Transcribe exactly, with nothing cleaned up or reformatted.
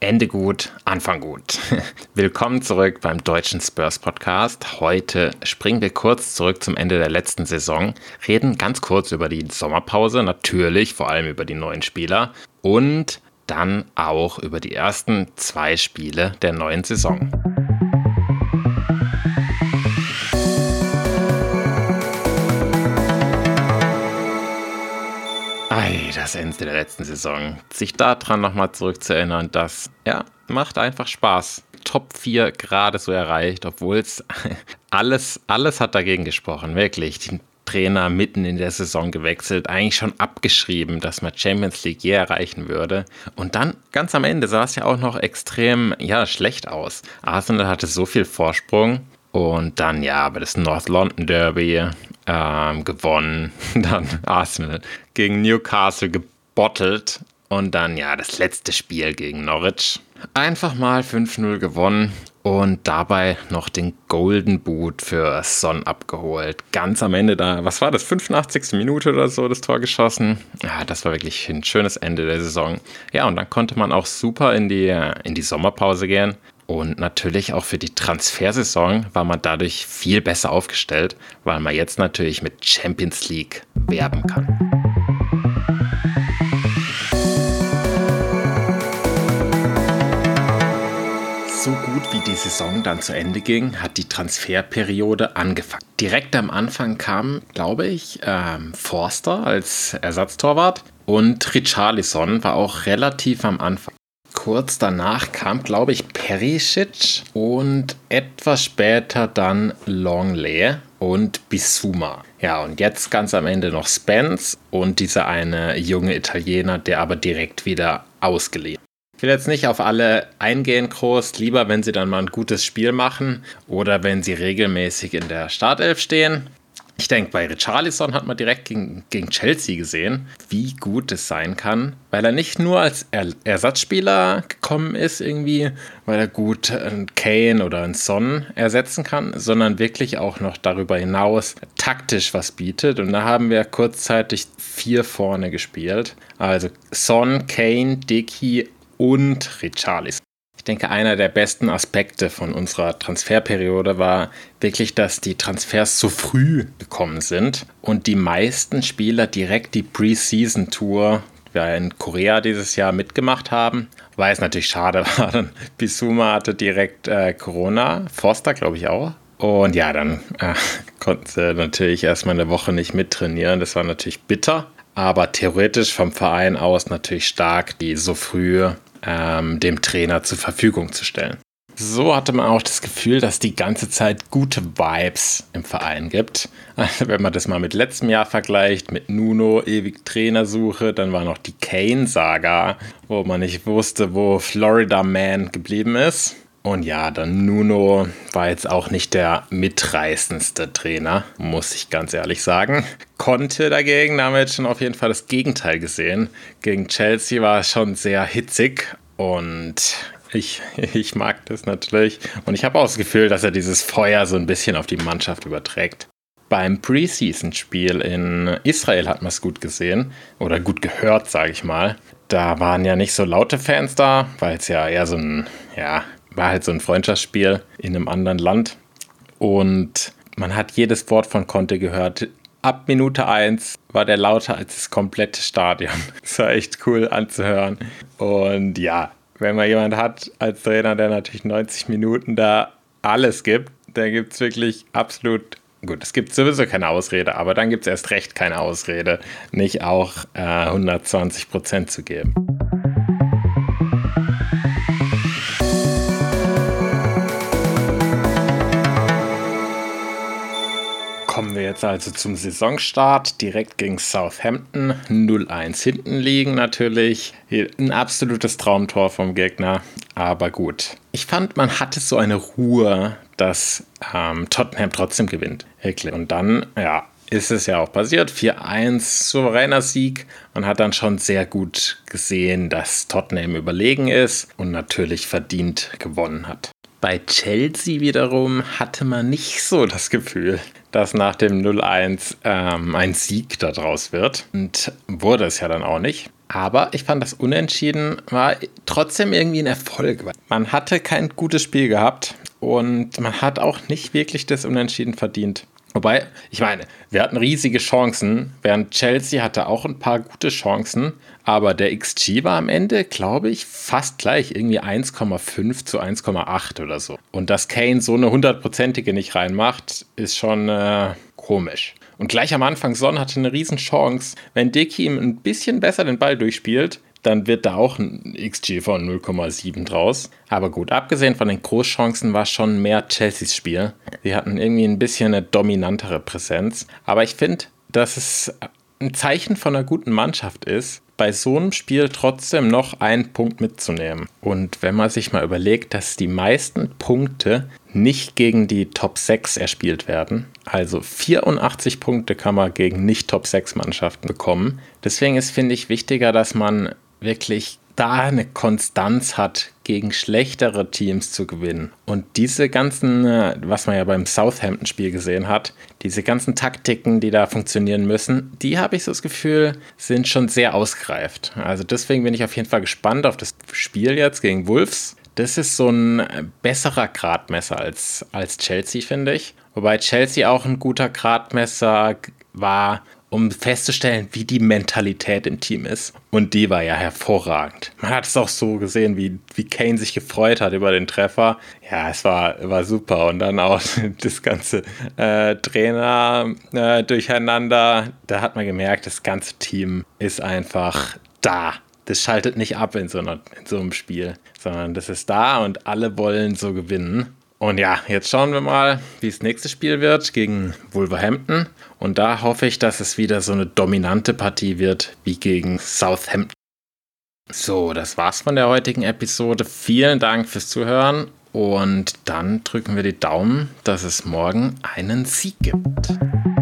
Ende gut, Anfang gut. Willkommen zurück beim Deutschen Spurs Podcast. Heute springen wir kurz zurück zum Ende der letzten Saison, reden ganz kurz über die Sommerpause, natürlich vor allem über die neuen Spieler und dann auch über die ersten zwei Spiele der neuen Saison. Das Ende der letzten Saison. Sich daran nochmal zurückzuerinnern, das ja, macht einfach Spaß. Top vier gerade so erreicht, obwohl es alles, alles hat dagegen gesprochen, wirklich. Die Trainer mitten in der Saison gewechselt, eigentlich schon abgeschrieben, dass man Champions League je erreichen würde. Und dann ganz am Ende sah es ja auch noch extrem ja, schlecht aus. Arsenal hatte so viel Vorsprung. Und dann, ja, aber das North London Derby ähm, gewonnen. Dann Arsenal gegen Newcastle gebottelt. Und dann, ja, das letzte Spiel gegen Norwich. Einfach mal fünf null gewonnen. Und dabei noch den Golden Boot für Son abgeholt. Ganz am Ende da, was war das, fünfundachtzigste Minute oder so, das Tor geschossen. Ja, das war wirklich ein schönes Ende der Saison. Ja, und dann konnte man auch super in die, in die Sommerpause gehen. Und natürlich auch für die Transfersaison war man dadurch viel besser aufgestellt, weil man jetzt natürlich mit Champions League werben kann. So gut wie die Saison dann zu Ende ging, hat die Transferperiode angefangen. Direkt am Anfang kam, glaube ich, ähm, Forster als Ersatztorwart und Richarlison war auch relativ am Anfang. Kurz danach kam, glaube ich, Perisic und etwas später dann Longley und Bissouma. Ja, und jetzt ganz am Ende noch Spence und dieser eine junge Italiener, der aber direkt wieder ausgeliehen. Ich will jetzt nicht auf alle eingehen groß, lieber wenn sie dann mal ein gutes Spiel machen oder wenn sie regelmäßig in der Startelf stehen. Ich denke, bei Richarlison hat man direkt gegen, gegen Chelsea gesehen, wie gut es sein kann, weil er nicht nur als er- Ersatzspieler gekommen ist irgendwie, weil er gut einen Kane oder einen Son ersetzen kann, sondern wirklich auch noch darüber hinaus taktisch was bietet. Und da haben wir kurzzeitig vier vorne gespielt, also Son, Kane, Dicky und Richarlison. Ich denke, einer der besten Aspekte von unserer Transferperiode war wirklich, dass die Transfers so früh gekommen sind und die meisten Spieler direkt die Pre-Season-Tour, die wir in Korea dieses Jahr mitgemacht haben, weil es natürlich schade war, dann Bissouma hatte direkt äh, Corona, Forster glaube ich auch. Und ja, dann äh, konnten sie natürlich erstmal eine Woche nicht mittrainieren, das war natürlich bitter, aber theoretisch vom Verein aus natürlich stark, die so früh Ähm, dem Trainer zur Verfügung zu stellen. So hatte man auch das Gefühl, dass die ganze Zeit gute Vibes im Verein gibt. Also wenn man das mal mit letztem Jahr vergleicht, mit Nuno, ewig Trainersuche, dann war noch die Kane-Saga, wo man nicht wusste, wo Florida Man geblieben ist. Und ja, dann Nuno war jetzt auch nicht der mitreißendste Trainer, muss ich ganz ehrlich sagen. Conte dagegen, da haben wir jetzt schon auf jeden Fall das Gegenteil gesehen. Gegen Chelsea war es schon sehr hitzig und ich, ich mag das natürlich. Und ich habe auch das Gefühl, dass er dieses Feuer so ein bisschen auf die Mannschaft überträgt. Beim Preseason-Spiel in Israel hat man es gut gesehen oder gut gehört, sage ich mal. Da waren ja nicht so laute Fans da, weil es ja eher so ein, ja, war halt so ein Freundschaftsspiel in einem anderen Land. Und man hat jedes Wort von Conte gehört. Ab Minute eins war der lauter als das komplette Stadion. Das war echt cool anzuhören. Und ja, wenn man jemanden hat als Trainer, der natürlich neunzig Minuten da alles gibt, dann gibt es wirklich absolut, gut, es gibt sowieso keine Ausrede, aber dann gibt es erst recht keine Ausrede, nicht auch äh, hundertzwanzig Prozent zu geben. Kommen wir jetzt also zum Saisonstart, direkt gegen Southampton, null eins hinten liegen natürlich, hier ein absolutes Traumtor vom Gegner, aber gut. Ich fand, man hatte so eine Ruhe, dass ähm, Tottenham trotzdem gewinnt, wirklich. Und dann, ja, ist es ja auch passiert, vier eins, souveräner Sieg. Man hat dann schon sehr gut gesehen, dass Tottenham überlegen ist und natürlich verdient gewonnen hat. Bei Chelsea wiederum hatte man nicht so das Gefühl, dass nach dem null eins ähm, ein Sieg daraus wird. Und wurde es ja dann auch nicht. Aber ich fand, das Unentschieden war trotzdem irgendwie ein Erfolg. Man hatte kein gutes Spiel gehabt und man hat auch nicht wirklich das Unentschieden verdient. Wobei, ich meine, wir hatten riesige Chancen, während Chelsea hatte auch ein paar gute Chancen, aber der X G war am Ende, glaube ich, fast gleich, irgendwie eins Komma fünf zu eins Komma acht oder so. Und dass Kane so eine hundertprozentige nicht reinmacht, ist schon äh, komisch. Und gleich am Anfang, Son hatte eine riesen Chance. Wenn Dicky ihm ein bisschen besser den Ball durchspielt, dann wird da auch ein X G von null Komma sieben draus. Aber gut, abgesehen von den Großchancen war schon mehr Chelseas Spiel. Sie hatten irgendwie ein bisschen eine dominantere Präsenz. Aber ich finde, dass es ein Zeichen von einer guten Mannschaft ist, bei so einem Spiel trotzdem noch einen Punkt mitzunehmen. Und wenn man sich mal überlegt, dass die meisten Punkte nicht gegen die Top sechs erspielt werden, also vierundachtzig Punkte kann man gegen nicht-Top sechs Mannschaften bekommen. Deswegen ist, finde ich, wichtiger, dass man wirklich da eine Konstanz hat, gegen schlechtere Teams zu gewinnen. Und diese ganzen, was man ja beim Southampton-Spiel gesehen hat, diese ganzen Taktiken, die da funktionieren müssen, die habe ich so das Gefühl, sind schon sehr ausgereift. Also deswegen bin ich auf jeden Fall gespannt auf das Spiel jetzt gegen Wolves. Das ist so ein besserer Gradmesser als, als Chelsea, finde ich. Wobei Chelsea auch ein guter Gradmesser war, um festzustellen, wie die Mentalität im Team ist. Und die war ja hervorragend. Man hat es auch so gesehen, wie, wie Kane sich gefreut hat über den Treffer. Ja, es war, war super. Und dann auch das ganze äh, Trainer äh, durcheinander. Da hat man gemerkt, das ganze Team ist einfach da. Das schaltet nicht ab in so, einer, in so einem Spiel, sondern das ist da und alle wollen so gewinnen. Und ja, jetzt schauen wir mal, wie das nächste Spiel wird gegen Wolverhampton. Und da hoffe ich, dass es wieder so eine dominante Partie wird wie gegen Southampton. So, das war's von der heutigen Episode. Vielen Dank fürs Zuhören. Und dann drücken wir die Daumen, dass es morgen einen Sieg gibt.